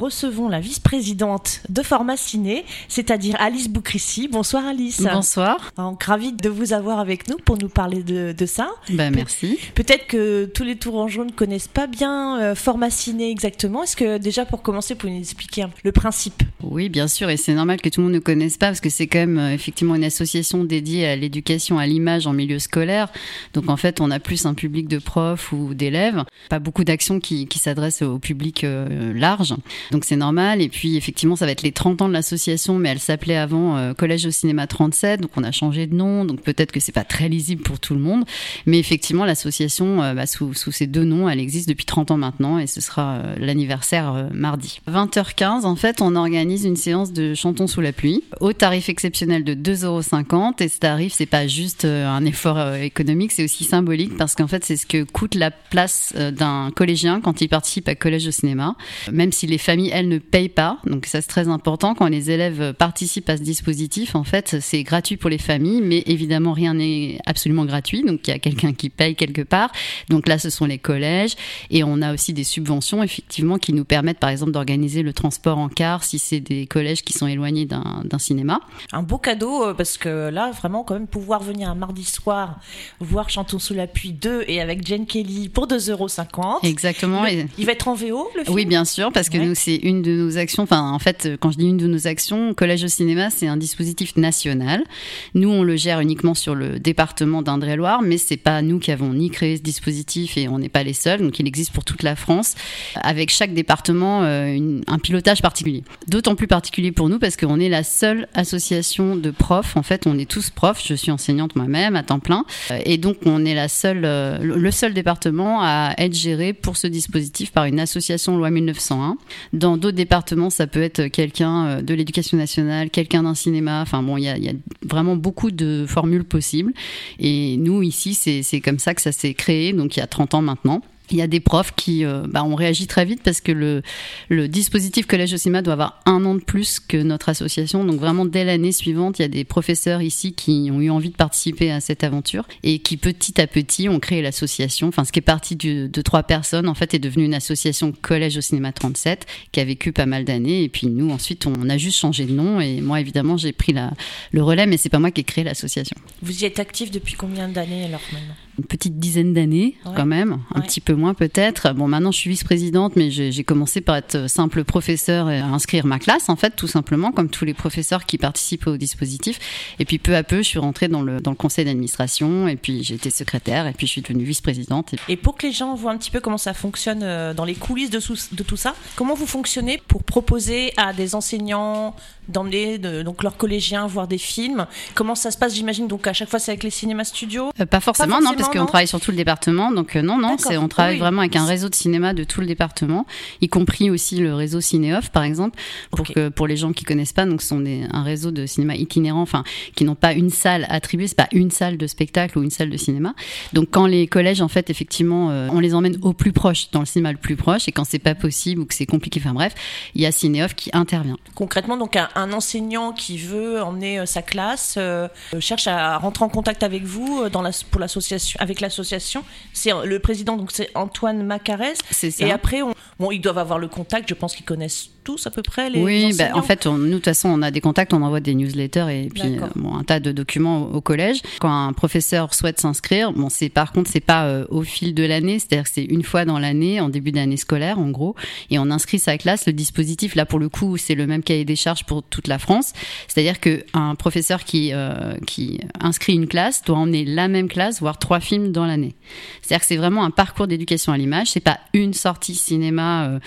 recevons la vice-présidente de Format Ciné, c'est-à-dire Alice Boukrissi. Bonsoir Alice. Bonsoir. Donc, ravie de vous avoir avec nous pour nous parler de ça. Merci. Peut-être que tous les Tourangeaux ne connaissent pas bien Format Ciné exactement. Est-ce que déjà pour commencer, vous pouvez nous expliquer le principe ? Oui, bien sûr, et c'est normal que tout le monde ne connaisse pas parce que c'est quand même effectivement une association dédiée à l'éducation à l'image en milieu scolaire. Donc en fait, on a plus un public de profs ou d'élèves, pas beaucoup d'actions qui s'adressent au public large. Donc c'est normal. Et puis effectivement, ça va être les 30 ans de l'association, mais elle s'appelait avant Collège au cinéma 37. Donc on a changé de nom. Donc peut-être que c'est pas très lisible pour tout le monde, mais effectivement, l'association sous ces deux noms, elle existe depuis 30 ans maintenant, et ce sera l'anniversaire mardi. 20h15, en fait, on organise une séance de chantons sous la pluie au tarif exceptionnel de 2,50 €. Et ce tarif, c'est pas juste un effort économique, c'est aussi symbolique parce qu'en fait, c'est ce que coûte la place d'un collégien quand il participe à Collège au cinéma, même si les familles, elles, ne payent pas. Donc ça, c'est très important. Quand les élèves participent à ce dispositif, en fait, c'est gratuit pour les familles, mais évidemment, rien n'est absolument gratuit. Donc il y a quelqu'un qui paye quelque part. Donc là, ce sont les collèges. Et on a aussi des subventions, effectivement, qui nous permettent, par exemple, d'organiser le transport en car si c'est des collèges qui sont éloignés d'un cinéma. Un beau cadeau, parce que là, vraiment, quand même, pouvoir venir un mardi soir voir Chantons sous la pluie 2 et avec Jane Kelly pour 2,50 €. Exactement. Il va être en VO, le film ? Oui, bien sûr, parce que nous, c'est une de nos actions. Enfin, en fait, quand je dis une de nos actions, Collège au cinéma, c'est un dispositif national. Nous, on le gère uniquement sur le département d'Indre-et-Loire, mais c'est pas nous qui avons ni créé ce dispositif et on n'est pas les seuls. Donc, il existe pour toute la France, avec chaque département un pilotage particulier. D'autant plus particulier pour nous parce qu'on est la seule association de profs. En fait, on est tous profs. Je suis enseignante moi-même à temps plein, et donc on est le seul département à être géré pour ce dispositif par une association loi 1901. Dans d'autres départements, ça peut être quelqu'un de l'éducation nationale, quelqu'un d'un cinéma. Enfin bon, il y a vraiment beaucoup de formules possibles. Et nous ici, c'est comme ça que ça s'est créé. Donc il y a 30 ans maintenant. Il y a des profs qui ont réagi très vite parce que le dispositif Collège au cinéma doit avoir 1 an de plus que notre association. Donc vraiment, dès l'année suivante, il y a des professeurs ici qui ont eu envie de participer à cette aventure et qui, petit à petit, ont créé l'association. Enfin, ce qui est parti de 3 personnes, en fait, est devenu une association Collège au cinéma 37 qui a vécu pas mal d'années. Et puis nous, ensuite, on a juste changé de nom. Et moi, évidemment, j'ai pris le relais, mais c'est pas moi qui ai créé l'association. Vous y êtes actif depuis combien d'années alors maintenant ? Une petite dizaine d'années, quand même, un petit peu moins peut-être. Bon, maintenant je suis vice-présidente, mais j'ai commencé par être simple professeur et à inscrire ma classe, en fait, tout simplement, comme tous les professeurs qui participent au dispositif. Et puis peu à peu, je suis rentrée dans le conseil d'administration, et puis j'ai été secrétaire, et puis je suis devenue vice-présidente. Et pour que les gens voient un petit peu comment ça fonctionne dans les coulisses de tout ça, comment vous fonctionnez pour proposer à des enseignants d'emmener donc leurs collégiens voir des films ? Comment ça se passe, j'imagine, donc à chaque fois c'est avec les cinémas studios ? Pas forcément, non, parce qu'on travaille sur tout le département, donc non, on travaille vraiment avec un réseau de cinéma de tout le département, y compris aussi le réseau Cinéoff, par exemple, pour les gens qui connaissent pas, donc ce sont un réseau de cinéma itinérant, enfin, qui n'ont pas une salle attribuée, c'est pas une salle de spectacle ou une salle de cinéma. Donc quand les collèges, en fait, effectivement, on les emmène au plus proche, dans le cinéma le plus proche, et quand c'est pas possible ou que c'est compliqué, enfin bref, il y a Cinéoff qui intervient. Concrètement, donc un enseignant qui veut emmener sa classe cherche à rentrer en contact avec vous pour l'association, avec l'association. C'est le président, donc c'est Antoine Macarès. C'est ça. Et après, ils doivent avoir le contact. Je pense qu'ils connaissent tous à peu près les enseignants. En fait, nous, de toute façon, on a des contacts, on envoie des newsletters et puis un tas de documents au collège. Quand un professeur souhaite s'inscrire, par contre, c'est pas au fil de l'année, c'est-à-dire que c'est une fois dans l'année, en début d'année scolaire, en gros, et on inscrit sa classe. Le dispositif, là, pour le coup, c'est le même cahier des charges pour toute la France. C'est-à-dire qu'un professeur qui inscrit une classe doit emmener la même classe, voire 3 films dans l'année. C'est-à-dire que c'est vraiment un parcours d'éducation à l'image. C'est pas une sortie cinéma,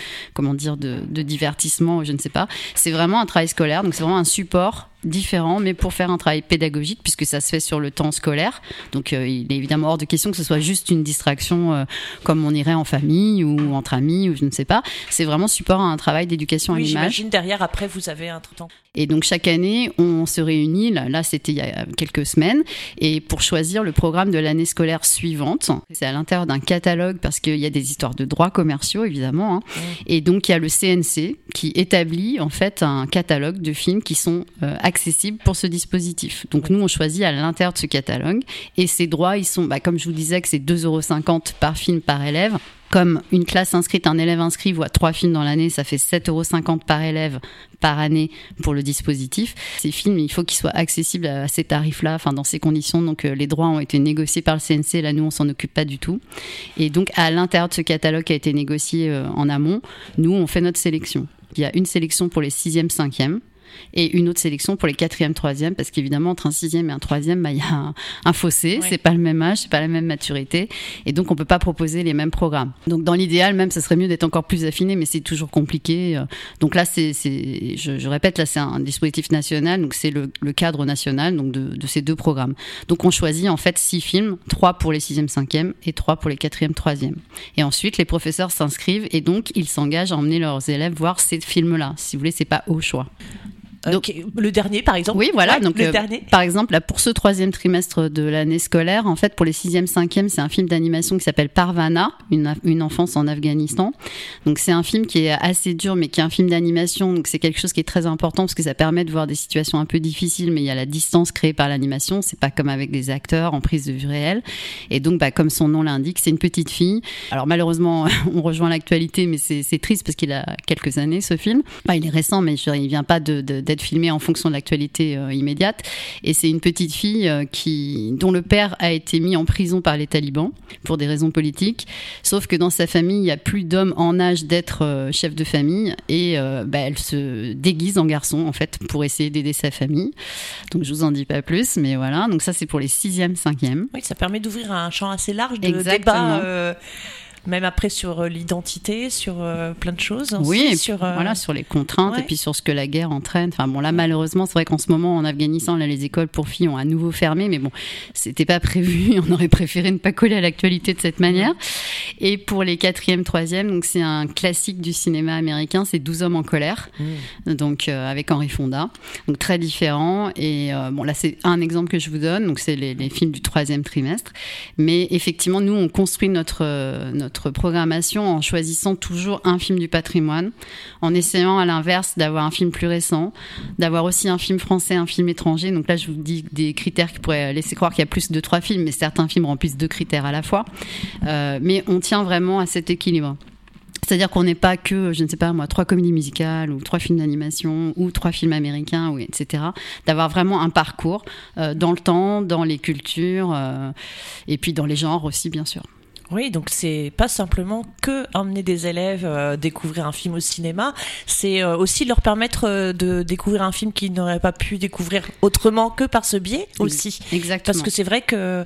de divertissement, je ne sais pas. C'est vraiment un travail scolaire, donc c'est vraiment un support différent, mais pour faire un travail pédagogique, puisque ça se fait sur le temps scolaire. Donc il est évidemment hors de question que ce soit juste une distraction comme on irait en famille ou entre amis ou je ne sais pas. C'est vraiment support à un travail d'éducation à l'image. J'imagine derrière, après, vous avez un temps. Et donc chaque année, on se réunit, là c'était il y a quelques semaines, et pour choisir le programme de l'année scolaire suivante. C'est à l'intérieur d'un catalogue parce qu'il y a des histoires de droits commerciaux, évidemment. Hein. Et donc il y a le CNC qui établit en fait un catalogue de films qui sont accessibles pour ce dispositif. Donc nous, on choisit à l'intérieur de ce catalogue et ces droits, ils sont, comme je vous disais, que c'est 2,50 € par film par élève. Comme une classe inscrite, un élève inscrit voit 3 films dans l'année, ça fait 7,50 € par élève par année pour le dispositif. Ces films, il faut qu'ils soient accessibles à ces tarifs-là, enfin dans ces conditions. Donc les droits ont été négociés par le CNC, là nous on s'en occupe pas du tout. Et donc à l'intérieur de ce catalogue qui a été négocié en amont, nous on fait notre sélection. Il y a une sélection pour les 6e, 5e. Et une autre sélection pour les 4e, 3e, parce qu'évidemment, entre un 6e et un 3e, il y a un fossé, c'est pas le même âge, c'est pas la même maturité, et donc on peut pas proposer les mêmes programmes. Donc dans l'idéal, même, ça serait mieux d'être encore plus affiné, mais c'est toujours compliqué. Donc là, je répète, là, c'est un dispositif national, donc c'est le cadre national donc de ces 2 programmes. Donc on choisit en fait 6 films, 3 pour les 6e, 5e, et 3 pour les 4e, 3e. Et ensuite, les professeurs s'inscrivent, et donc ils s'engagent à emmener leurs élèves voir ces films-là. Si vous voulez, c'est pas au choix. Donc, le dernier, par exemple. Oui, voilà. Ouais, donc, le dernier. Par exemple, là, pour ce 3e trimestre de l'année scolaire, en fait, pour les 6e, 5e, c'est un film d'animation qui s'appelle Parvana, une enfance en Afghanistan. Donc, c'est un film qui est assez dur, mais qui est un film d'animation. Donc, c'est quelque chose qui est très important parce que ça permet de voir des situations un peu difficiles, mais il y a la distance créée par l'animation. C'est pas comme avec des acteurs en prise de vue réelle. Et donc, comme son nom l'indique, c'est une petite fille. Alors, malheureusement, on rejoint l'actualité, mais c'est triste parce qu'il a quelques années, ce film. Il est récent, mais il vient pas d'être filmé en fonction de l'actualité immédiate. Et c'est une petite fille dont le père a été mis en prison par les talibans pour des raisons politiques. Sauf que dans sa famille, il n'y a plus d'hommes en âge d'être chef de famille et elle se déguise en garçon en fait pour essayer d'aider sa famille. Donc je vous en dis pas plus, mais voilà. Donc ça c'est pour les 6e, 5e. Oui, ça permet d'ouvrir un champ assez large de Exactement. débat. Même après sur l'identité, sur plein de choses. Oui, sur les contraintes et puis sur ce que la guerre entraîne. Enfin bon, là malheureusement, c'est vrai qu'en ce moment en Afghanistan, là les écoles pour filles ont à nouveau fermé, mais bon, c'était pas prévu. On aurait préféré ne pas coller à l'actualité de cette manière. Et pour les 4e, 3e, donc c'est un classique du cinéma américain, c'est 12 hommes en colère, donc avec Henry Fonda, donc très différent. Et bon là c'est un exemple que je vous donne, donc c'est les films du 3e trimestre. Mais effectivement, nous on construit notre programmation en choisissant toujours un film du patrimoine, en essayant à l'inverse d'avoir un film plus récent, d'avoir aussi un film français, un film étranger. Donc là, je vous dis des critères qui pourraient laisser croire qu'il y a plus de 3 films, mais certains films remplissent 2 critères à la fois. Mais on tient vraiment à cet équilibre. C'est-à-dire qu'on n'est pas que, je ne sais pas moi, 3 comédies musicales ou 3 films d'animation ou 3 films américains, ou etc. D'avoir vraiment un parcours dans le temps, dans les cultures et puis dans les genres aussi, bien sûr. Oui, donc c'est pas simplement que emmener des élèves découvrir un film au cinéma, c'est aussi leur permettre de découvrir un film qu'ils n'auraient pas pu découvrir autrement que par ce biais aussi. Exactement. Parce que c'est vrai que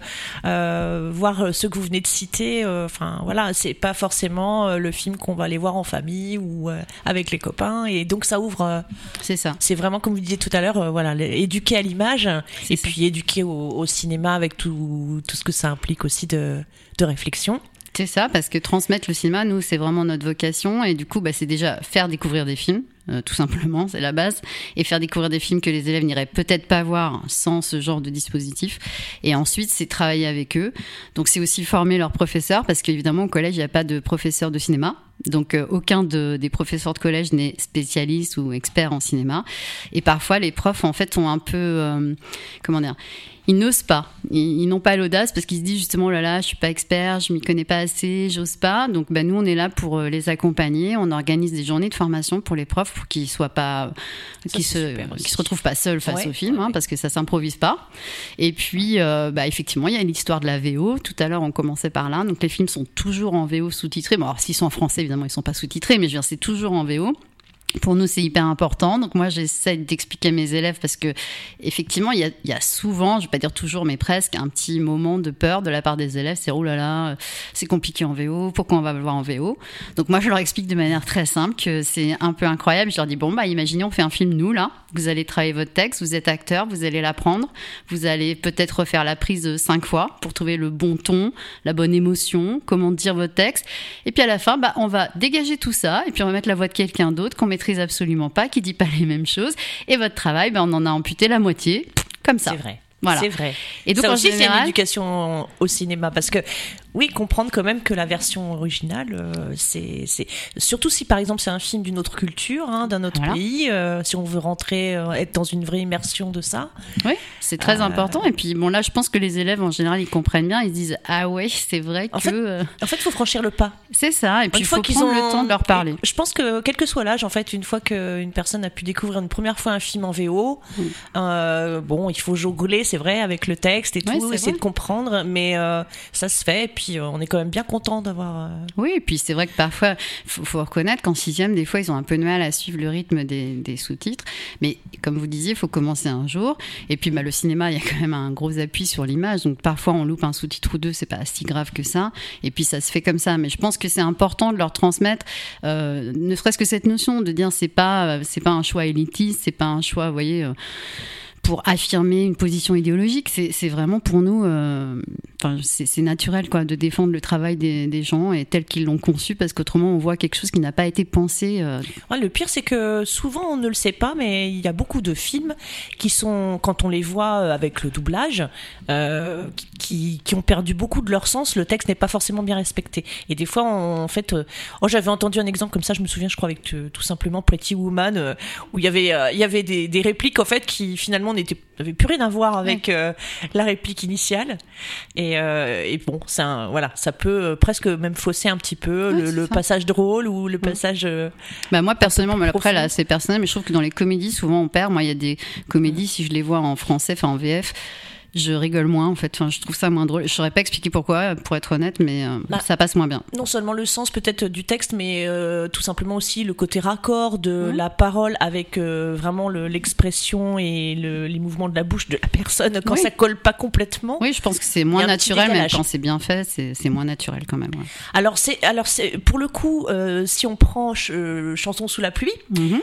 voir ceux que vous venez de citer, voilà, c'est pas forcément le film qu'on va aller voir en famille ou avec les copains, et donc ça ouvre. C'est ça. C'est vraiment comme vous disiez tout à l'heure, voilà, éduquer à l'image et puis éduquer au cinéma avec tout ce que ça implique aussi de réflexion. C'est ça, parce que transmettre le cinéma, nous, c'est vraiment notre vocation. Et du coup, c'est déjà faire découvrir des films, tout simplement, c'est la base. Et faire découvrir des films que les élèves n'iraient peut-être pas voir sans ce genre de dispositif. Et ensuite, c'est travailler avec eux. Donc, c'est aussi former leurs professeurs, parce qu'évidemment, au collège, il n'y a pas de professeur de cinéma. Donc, aucun des professeurs de collège n'est spécialiste ou expert en cinéma. Et parfois, les profs, en fait, sont un peu... ils n'osent pas. Ils n'ont pas l'audace parce qu'ils se disent justement, oh là là, je suis pas expert, je m'y connais pas assez, j'ose pas. Donc, nous, on est là pour les accompagner. On organise des journées de formation pour les profs pour qu'ils soient pas, qu'ils se retrouvent pas seuls face au film, parce que ça s'improvise pas. Et puis, effectivement, il y a l'histoire de la VO. Tout à l'heure, on commençait par là. Donc, les films sont toujours en VO sous-titrés. Bon, alors, s'ils sont en français, évidemment, ils sont pas sous-titrés, mais je veux dire, c'est toujours en VO. Pour nous, c'est hyper important. Donc moi, j'essaie d'expliquer à mes élèves parce que effectivement, il y a souvent, je vais pas dire toujours, mais presque, un petit moment de peur de la part des élèves. C'est oh là là, c'est compliqué en VO. Pourquoi on va le voir en VO? Donc moi, je leur explique de manière très simple que c'est un peu incroyable. Je leur dis imaginez, on fait un film nous là. Vous allez travailler votre texte, vous êtes acteur, vous allez l'apprendre, vous allez peut-être refaire la prise 5 fois pour trouver le bon ton, la bonne émotion, comment dire votre texte. Et puis à la fin, on va dégager tout ça et puis on va mettre la voix de quelqu'un d'autre qu'on maîtrise absolument pas, qui dit pas les mêmes choses. Et votre travail, on en a amputé la moitié, comme ça. C'est vrai. Voilà. C'est vrai. Et donc, ça en aussi, général, c'est une éducation au cinéma, parce que Oui, comprendre quand même que la version originale, c'est surtout si par exemple c'est un film d'une autre culture, d'un autre pays, si on veut rentrer, être dans une vraie immersion de ça. Oui, c'est très important. Et puis bon, là, je pense que les élèves en général, ils comprennent bien, ils se disent ah ouais, c'est vrai que. En fait, il faut franchir le pas. C'est ça. Et puis il faut prendre le temps de leur parler. Je pense que quel que soit l'âge, en fait, une fois qu'une personne a pu découvrir une première fois un film en VO, bon, il faut jongler, c'est vrai, avec le texte et tout, essayer de comprendre, mais ça se fait. Et puis on est quand même bien content d'avoir. Oui, et puis c'est vrai que parfois, faut reconnaître qu'en 6e, des fois, ils ont un peu de mal à suivre le rythme des sous-titres. Mais comme vous disiez, il faut commencer un jour. Et puis le cinéma, il y a quand même un gros appui sur l'image. Donc parfois, on loupe un sous-titre ou deux, c'est pas si grave que ça. Et puis ça se fait comme ça. Mais je pense que c'est important de leur transmettre, ne serait-ce que cette notion de dire c'est pas un choix élitiste, c'est pas un choix, vous voyez. Pour affirmer une position idéologique, c'est vraiment pour nous, c'est naturel quoi, de défendre le travail des gens et tel qu'ils l'ont conçu, parce qu'autrement on voit quelque chose qui n'a pas été pensé. Ouais, le pire, c'est que souvent on ne le sait pas, mais il y a beaucoup de films qui sont, quand on les voit avec le doublage, qui ont perdu beaucoup de leur sens. Le texte n'est pas forcément bien respecté. Et des fois, en fait, j'avais entendu un exemple comme ça, je me souviens, je crois, avec tout simplement Pretty Woman, où il y avait des répliques en fait qui finalement n'avait plus rien à voir avec la réplique initiale, et bon, ça peut presque même fausser un petit peu le passage drôle ou le passage. Moi personnellement, mais après là c'est personnel, mais je trouve que dans les comédies souvent on perd. Moi il y a des comédies, si je les vois en français, en VF, je rigole moins en fait, je trouve ça moins drôle. Je saurais pas expliquer pourquoi, pour être honnête, mais ça passe moins bien. Non seulement le sens peut-être du texte, mais tout simplement aussi le côté raccord de la parole avec vraiment l'expression et les mouvements de la bouche de la personne quand ça colle pas complètement. Oui, je pense que c'est moins naturel, même quand c'est bien fait, c'est moins naturel quand même. Ouais. Alors c'est pour le coup, si on prend Chanson sous la pluie,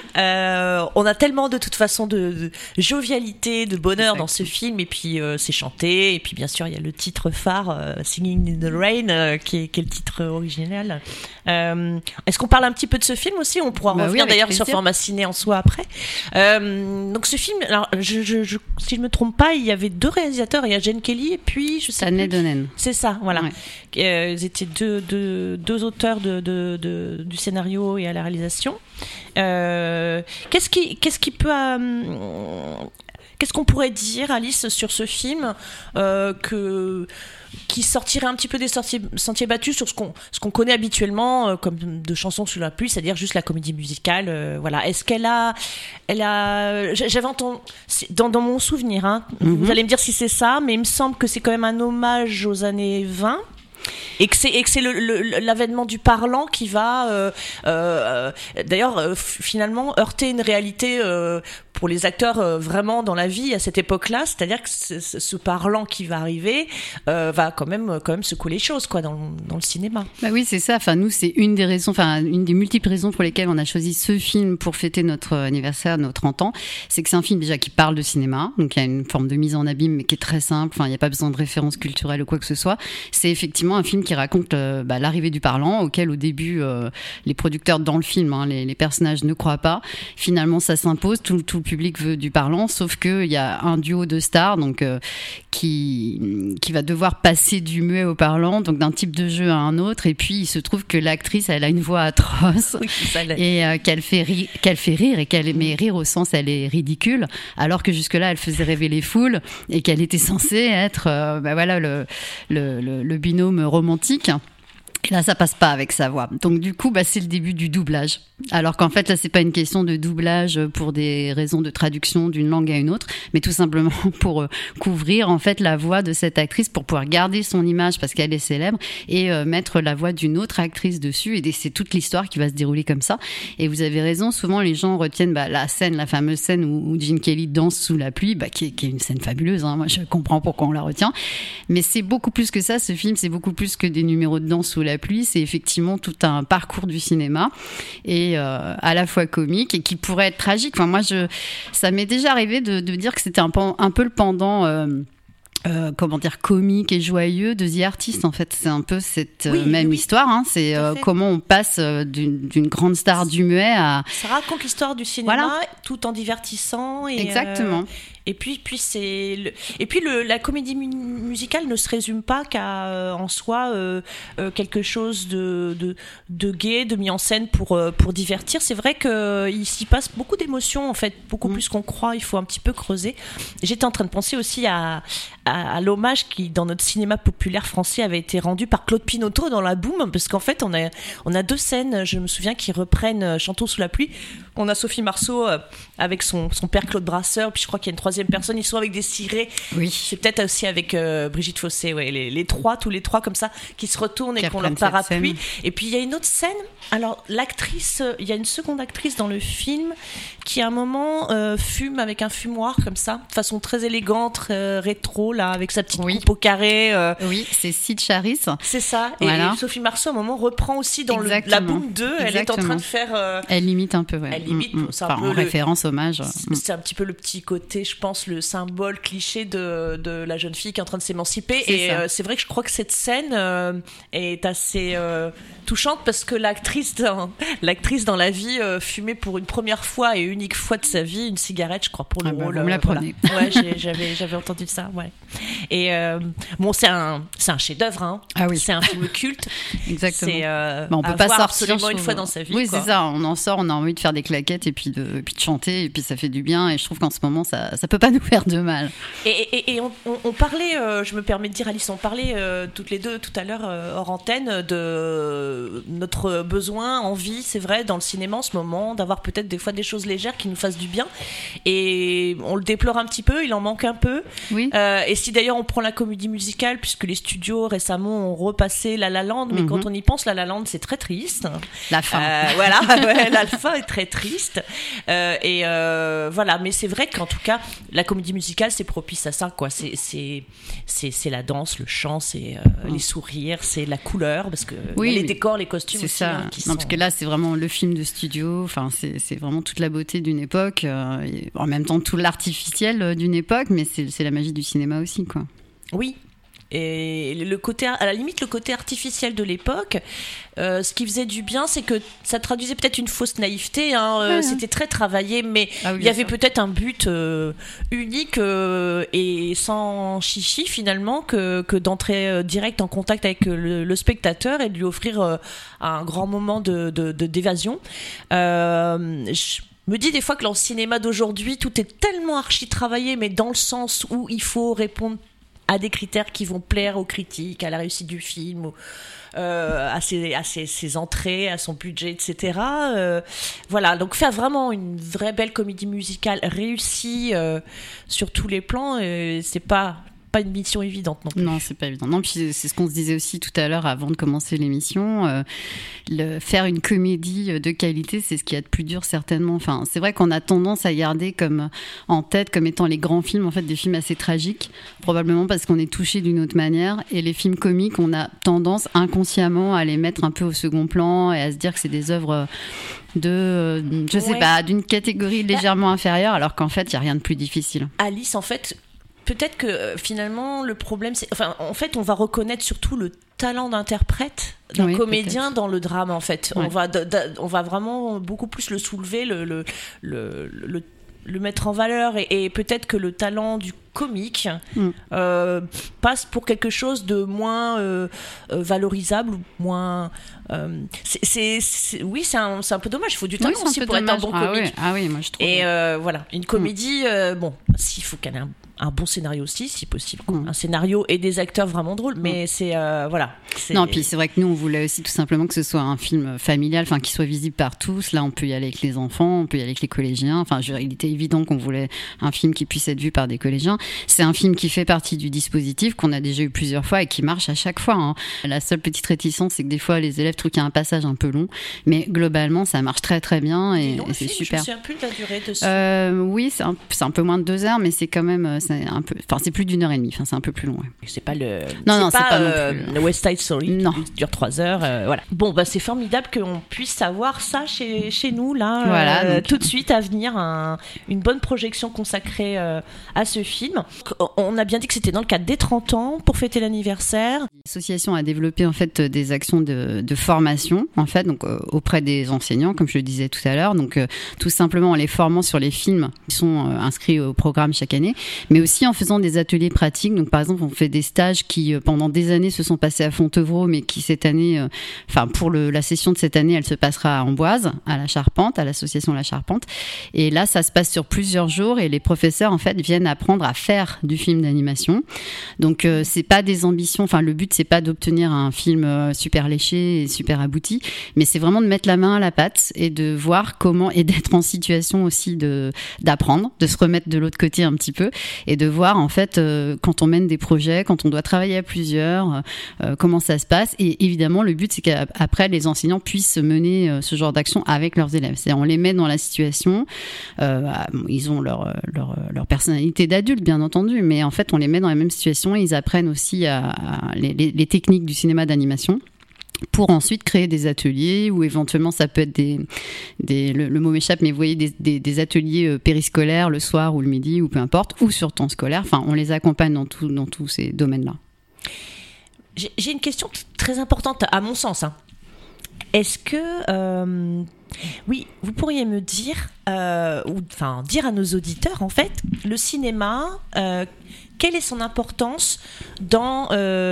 on a tellement de toute façon de jovialité, de bonheur dans ce film, et puis c'est chanté, et puis bien sûr il y a le titre phare, Singing in the Rain, qui est le titre original. Est-ce qu'on parle un petit peu de ce film aussi? On pourra revenir d'ailleurs sur Format Ciné en soi après. Donc ce film, alors si je me trompe pas, il y avait 2 réalisateurs, il y a Gene Kelly et puis je sais Stanley Donen. C'est ça, voilà. Ouais. Ils étaient deux auteurs du scénario et à la réalisation. Qu'est-ce qu'on pourrait dire, Alice, sur ce film qui sortirait un petit peu des sentiers battus sur ce qu'on connaît habituellement comme de chansons sous la pluie, c'est-à-dire juste la comédie musicale. Voilà. Est-ce qu'elle a j'avais entendu dans mon souvenir, vous allez me dire si c'est ça, mais il me semble que c'est quand même un hommage aux années 20. Et que c'est l'avènement du parlant qui va d'ailleurs finalement heurter une réalité pour les acteurs vraiment dans la vie à cette époque-là, c'est-à-dire que ce parlant qui va arriver va quand même secouer les choses quoi dans le cinéma. Bah oui, c'est ça. Enfin nous, c'est une des multiples raisons pour lesquelles on a choisi ce film pour fêter notre anniversaire, nos 30 ans. C'est que c'est un film déjà qui parle de cinéma, donc il y a une forme de mise en abîme mais qui est très simple. Enfin il n'y a pas besoin de références culturelles ou quoi que ce soit. C'est effectivement un film qui raconte l'arrivée du parlant, auquel au début les producteurs dans le film, les personnages ne croient pas. Finalement ça s'impose, tout le public veut du parlant, sauf qu'il y a un duo de stars donc qui va devoir passer du muet au parlant, donc d'un type de jeu à un autre, et puis il se trouve que l'actrice elle a une voix atroce et qu'elle fait rire, et mais rire au sens elle est ridicule, alors que jusque-là elle faisait rêver les foules et qu'elle était censée être le binôme romantique. Et là, ça passe pas avec sa voix. Donc, du coup, c'est le début du doublage. Alors qu'en fait, là, c'est pas une question de doublage pour des raisons de traduction d'une langue à une autre, mais tout simplement pour couvrir, en fait, la voix de cette actrice, pour pouvoir garder son image parce qu'elle est célèbre, et mettre la voix d'une autre actrice dessus. Et c'est toute l'histoire qui va se dérouler comme ça. Et vous avez raison, souvent, les gens retiennent la fameuse scène où Gene Kelly danse sous la pluie, qui est une scène fabuleuse. Moi, je comprends pourquoi on la retient. Mais c'est beaucoup plus que ça, ce film. C'est beaucoup plus que des numéros de danse sous la pluie, c'est effectivement tout un parcours du cinéma, et à la fois comique et qui pourrait être tragique. Enfin, moi, ça m'est déjà arrivé de dire que c'était un peu le pendant comique et joyeux de The Artist. En fait, c'est un peu cette même histoire. C'est comment on passe d'une grande star du muet à... Ça raconte l'histoire du cinéma tout en divertissant. Et, exactement. Et puis la comédie musicale ne se résume pas qu'à en soi quelque chose de gai, de mis en scène pour divertir. C'est vrai qu'il s'y passe beaucoup d'émotions en fait, beaucoup plus qu'on croit. Il faut un petit peu creuser. J'étais en train de penser aussi à l'hommage qui dans notre cinéma populaire français avait été rendu par Claude Pinoteau dans La Boum, parce qu'en fait on a deux scènes, je me souviens, qui reprennent Chantons sous la pluie. On a Sophie Marceau avec son père Claude Brasseur, puis je crois qu'il y a une troisième personne, ils sont avec des cirés. Oui. C'est peut-être aussi avec Brigitte Fossé, tous les trois comme ça, qui se retournent et qui ont leur parapluie. Et puis il y a une autre scène, alors l'actrice, il y a une seconde actrice dans le film qui à un moment fume avec un fumoir comme ça, de façon très élégante, rétro, là, avec sa petite coupe au carré. Oui, c'est Sid Charis. C'est ça. Voilà. Et Sophie Marceau, à un moment, reprend aussi dans La Boum 2. Elle est en train de faire... Elle imite un peu, ouais. Elle imite, c'est un peu en référence, hommage. C'est un petit peu le petit côté, je pense, le symbole cliché de la jeune fille qui est en train de s'émanciper. Et c'est vrai que je crois que cette scène est assez touchante, parce que l'actrice dans la vie fumait pour une première fois et unique fois de sa vie une cigarette, je crois, pour le rôle. Vous me l'apprenez. Voilà. Ouais, j'avais entendu ça, ouais. Et bon, c'est un chef-d'œuvre, hein. Ah oui. C'est un film culte. Exactement. C'est on peut pas sortir absolument une fois dans sa vie. Oui, quoi. c'est ça. On en sort, on a envie de faire des claquettes et puis de chanter, et puis ça fait du bien. Et je trouve qu'en ce moment, ça peut pas nous faire de mal. Et on parlait, je me permets de dire, Alice, on parlait toutes les deux tout à l'heure hors antenne de notre besoin, envie, c'est vrai, dans le cinéma en ce moment, d'avoir peut-être des fois des choses légères qui nous fassent du bien. Et on le déplore un petit peu, il en manque un peu. Oui. Et si d'ailleurs on prend la comédie musicale, puisque les studios récemment ont repassé La La Land, mais quand on y pense, La La Land, c'est très triste. La fin. Voilà, la fin est très triste. Voilà, mais c'est vrai qu'en tout cas, la comédie musicale, c'est propice à ça, quoi. C'est la danse, le chant, c'est les sourires, c'est la couleur, parce que les décors, les costumes. C'est aussi, ça. Parce que là, c'est vraiment le film de studio. Enfin, c'est vraiment toute la beauté d'une époque, et en même temps tout l'artificiel d'une époque, mais c'est la magie du cinéma aussi, quoi. Oui. Et le côté, à la limite, le côté artificiel de l'époque, ce qui faisait du bien, c'est que ça traduisait peut-être une fausse naïveté. C'était très travaillé, mais il y avait peut-être un but unique et sans chichi finalement que d'entrer direct en contact avec le spectateur et de lui offrir un grand moment d'évasion. Je me dis des fois que dans le cinéma d'aujourd'hui, tout est tellement archi-travaillé, mais dans le sens où il faut répondre à des critères qui vont plaire aux critiques, à la réussite du film, à ses entrées, à son budget, etc. Voilà, donc faire vraiment une vraie belle comédie musicale réussie sur tous les plans, c'est pas une mission évidente non plus. Non, c'est pas évident. Non, puis c'est ce qu'on se disait aussi tout à l'heure avant de commencer l'émission. Faire une comédie de qualité, c'est ce qu'il y a de plus dur certainement. Enfin, c'est vrai qu'on a tendance à garder en tête comme étant les grands films, en fait, des films assez tragiques, probablement parce qu'on est touché d'une autre manière. Et les films comiques, on a tendance inconsciemment à les mettre un peu au second plan et à se dire que c'est des œuvres d'une catégorie légèrement inférieure, alors qu'en fait, il y a rien de plus difficile. Alice, en fait, peut-être que finalement le problème, en fait, on va reconnaître surtout le talent d'interprète d'un comédien peut-être dans le drame. En fait, on va vraiment beaucoup plus le soulever, le mettre en valeur, et peut-être que le talent du comique passe pour quelque chose de moins valorisable ou moins. C'est un peu dommage. Il faut du talent aussi pour être un bon comique. Ah oui, moi je trouve. Et voilà, une comédie, s'il faut qu'elle ait un bon scénario aussi, si possible. Un scénario et des acteurs vraiment drôles, mais c'est voilà. Non, puis c'est vrai que nous on voulait aussi tout simplement que ce soit un film familial, enfin qui soit visible par tous. Là, on peut y aller avec les enfants, on peut y aller avec les collégiens. Enfin, il était évident qu'on voulait un film qui puisse être vu par des collégiens. C'est un film qui fait partie du dispositif qu'on a déjà eu plusieurs fois et qui marche à chaque fois. Hein. La seule petite réticence, c'est que des fois les élèves trouvent qu'il y a un passage un peu long, mais globalement ça marche très très bien et c'est super. Je me souviens plus de la durée de ce... Oui, c'est un peu moins de 2 heures, mais c'est quand même c'est plus d'1 heure et demie. Enfin, c'est un peu plus long. Ouais. C'est pas le. Non, c'est pas non plus. Le West Side Story. Non. Qui dure 3 heures. Voilà. Bon, c'est formidable qu'on puisse savoir ça chez nous là. Voilà. Tout de suite à venir, une bonne projection consacrée à ce film. On a bien dit que c'était dans le cadre des 30 ans pour fêter l'anniversaire. L'association a développé en fait des actions de formation en fait donc auprès des enseignants comme je le disais tout à l'heure donc tout simplement en les formant sur les films qui sont inscrits au programme chaque année mais aussi en faisant des ateliers pratiques donc par exemple on fait des stages qui pendant des années se sont passés à Fontevraud mais qui cette année pour la session de cette année elle se passera à Amboise à la Charpente à l'association La Charpente et là ça se passe sur plusieurs jours et les professeurs en fait viennent apprendre à faire du film d'animation donc c'est pas des ambitions le but c'est pas d'obtenir un film super léché et super abouti, mais c'est vraiment de mettre la main à la pâte et de voir comment et d'être en situation aussi d'apprendre, de se remettre de l'autre côté un petit peu et de voir en fait quand on mène des projets, quand on doit travailler à plusieurs, comment ça se passe. Et évidemment, le but c'est qu'après les enseignants puissent mener ce genre d'action avec leurs élèves. C'est-à-dire on les met dans la situation, ils ont leur personnalité d'adulte bien entendu, mais en fait on les met dans la même situation et ils apprennent aussi les techniques du cinéma d'animation pour ensuite créer des ateliers ou éventuellement ça peut être le mot m'échappe mais vous voyez des ateliers périscolaires le soir ou le midi ou peu importe ou sur temps scolaire, on les accompagne dans tous ces domaines-là. J'ai une question très importante à mon sens. Est-ce que oui, vous pourriez me dire dire à nos auditeurs en fait le cinéma quelle est son importance dans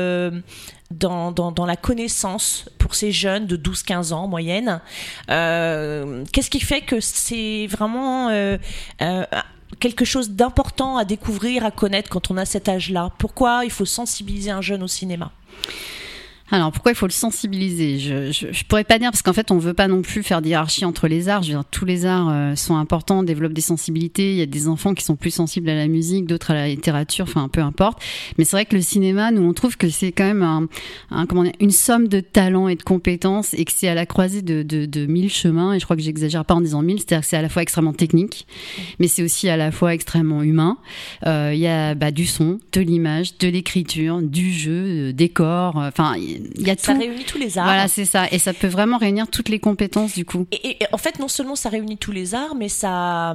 la connaissance pour ces jeunes de 12-15 ans en moyenne. Qu'est-ce qui fait que c'est vraiment quelque chose d'important à découvrir, à connaître quand on a cet âge-là? Pourquoi il faut sensibiliser un jeune au cinéma? Alors, pourquoi il faut le sensibiliser ? Je pourrais pas dire, parce qu'en fait, on veut pas non plus faire d'hierarchie entre les arts. Je veux dire, tous les arts sont importants, développent des sensibilités. Il y a des enfants qui sont plus sensibles à la musique, d'autres à la littérature, peu importe. Mais c'est vrai que le cinéma, nous, on trouve que c'est quand même une somme de talents et de compétences et que c'est à la croisée de 1000 chemins. Et je crois que j'exagère pas en disant 1000, c'est-à-dire que c'est à la fois extrêmement technique, mais c'est aussi à la fois extrêmement humain. Il y a du son, de l'image, de l'écriture, du jeu, décor, il y a ça tout. réunit tous les arts. Voilà, c'est ça. Et ça peut vraiment réunir toutes les compétences, du coup. Et en fait, non seulement ça réunit tous les arts, mais ça,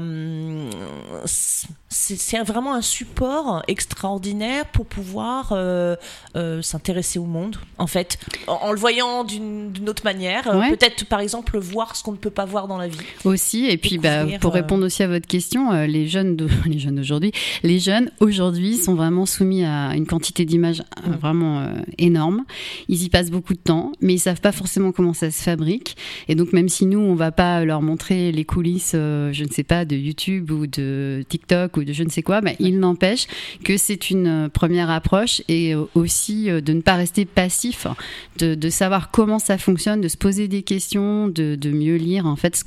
c'est vraiment un support extraordinaire pour pouvoir s'intéresser au monde, en fait, en le voyant d'une autre manière. Ouais. Peut-être, par exemple, voir ce qu'on ne peut pas voir dans la vie. Aussi, et puis pour répondre aussi à votre question, les jeunes aujourd'hui sont vraiment soumis à une quantité d'images vraiment énorme. Ils y passent beaucoup de temps, mais ils savent pas forcément comment ça se fabrique. Et donc, même si nous, on va pas leur montrer les coulisses, je ne sais pas, de YouTube ou de TikTok ou de je ne sais quoi, il n'empêche que c'est une première approche et aussi de ne pas rester passif, de savoir comment ça fonctionne, de se poser des questions, de mieux lire en fait ce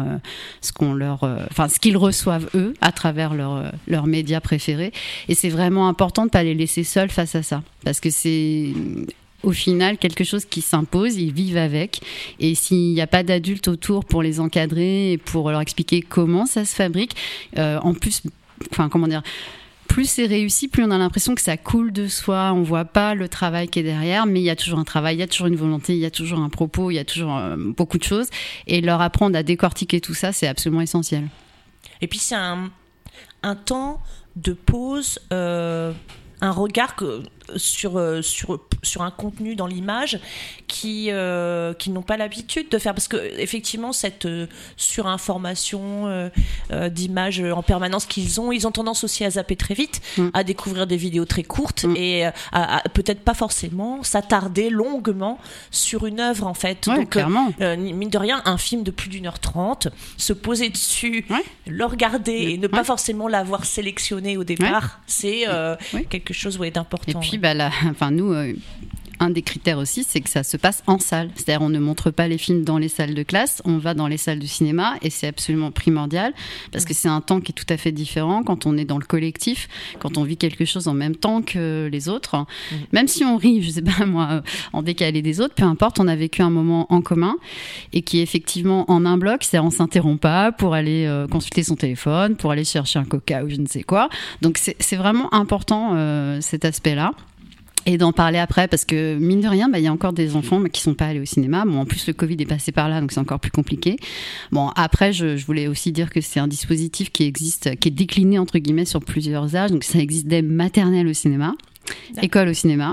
qu'ils reçoivent eux à travers leurs médias préférés. Et c'est vraiment important de pas les laisser seuls face à ça, parce que c'est au final quelque chose qui s'impose, ils vivent avec, et s'il n'y a pas d'adultes autour pour les encadrer et pour leur expliquer comment ça se fabrique, en plus, plus c'est réussi, plus on a l'impression que ça coule de soi, on voit pas le travail qui est derrière, mais il y a toujours un travail, il y a toujours une volonté, il y a toujours un propos, il y a toujours beaucoup de choses, et leur apprendre à décortiquer tout ça, c'est absolument essentiel. Et puis c'est un temps de pause, un regard sur un contenu dans l'image qui n'ont pas l'habitude de faire, parce que effectivement cette surinformation d'images en permanence qu'ils ont, ils ont tendance aussi à zapper très vite, à découvrir des vidéos très courtes et à peut-être pas forcément s'attarder longuement sur une œuvre en fait. Ouais, donc clairement. mine de rien, un film de plus d'1h30, se poser dessus, le regarder et ne pas forcément l'avoir sélectionné au départ, c'est quelque chose d'important. Et puis nous, un des critères aussi, c'est que ça se passe en salle. C'est-à-dire, on ne montre pas les films dans les salles de classe, on va dans les salles de cinéma, et c'est absolument primordial, parce que c'est un temps qui est tout à fait différent quand on est dans le collectif, quand on vit quelque chose en même temps que les autres. Même si on rit, je sais pas moi, en décalé des autres, peu importe, on a vécu un moment en commun, et qui est effectivement en un bloc, c'est-à-dire on s'interrompt pas pour aller consulter son téléphone, pour aller chercher un coca ou je ne sais quoi. Donc c'est vraiment important cet aspect-là. Et d'en parler après, parce que mine de rien, il y a encore des enfants qui sont pas allés au cinéma. Bon, en plus le Covid est passé par là, donc c'est encore plus compliqué. Bon, après, je voulais aussi dire que c'est un dispositif qui existe, qui est décliné entre guillemets sur plusieurs âges. Donc ça existe dès maternelle au cinéma, école au cinéma,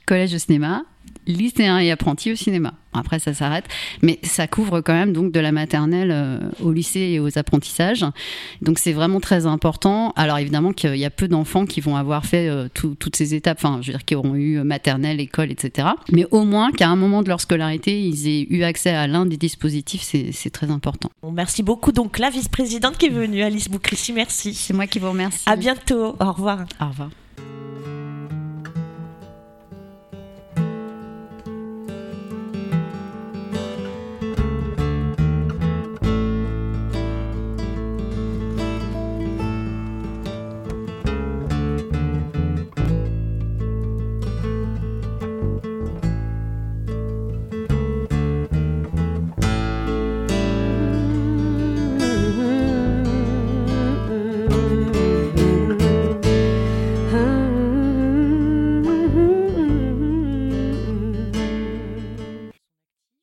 collège au cinéma, lycéens et apprentis au cinéma. Après, ça s'arrête, mais ça couvre quand même donc de la maternelle au lycée et aux apprentissages. Donc, c'est vraiment très important. Alors, évidemment qu'il y a peu d'enfants qui vont avoir fait toutes ces étapes, enfin, je veux dire, qui auront eu maternelle, école, etc. Mais au moins qu'à un moment de leur scolarité, ils aient eu accès à l'un des dispositifs, c'est très important. Bon, merci beaucoup. Donc, la vice-présidente qui est venue, Alice Boucrissi, merci. C'est moi qui vous remercie. À bientôt. Au revoir. Au revoir.